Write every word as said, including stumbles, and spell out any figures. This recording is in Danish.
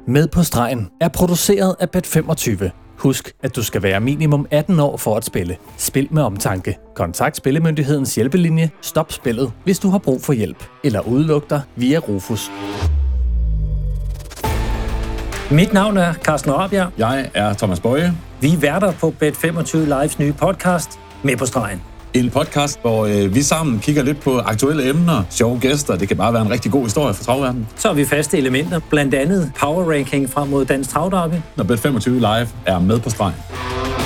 Med på stregen er produceret af Bet femogtyve. Husk, at du skal være minimum atten år for at spille. Spil med omtanke. Kontakt Spillemyndighedens hjælpelinje. Stop spillet, hvis du har brug for hjælp. Eller udluk dig via Rufus. Mit navn er Carsten Rabjerg. Jeg er Thomas Bøje. Vi er værter på Bet femogtyve Lives nye podcast, Med på stregen. En podcast, hvor øh, vi sammen kigger lidt på aktuelle emner, sjove gæster. Det kan bare være en rigtig god historie for travverdenen. Så har vi faste elementer, blandt andet power ranking frem mod Dansk Travderby. Når Bet femogtyve Live er med på stregen.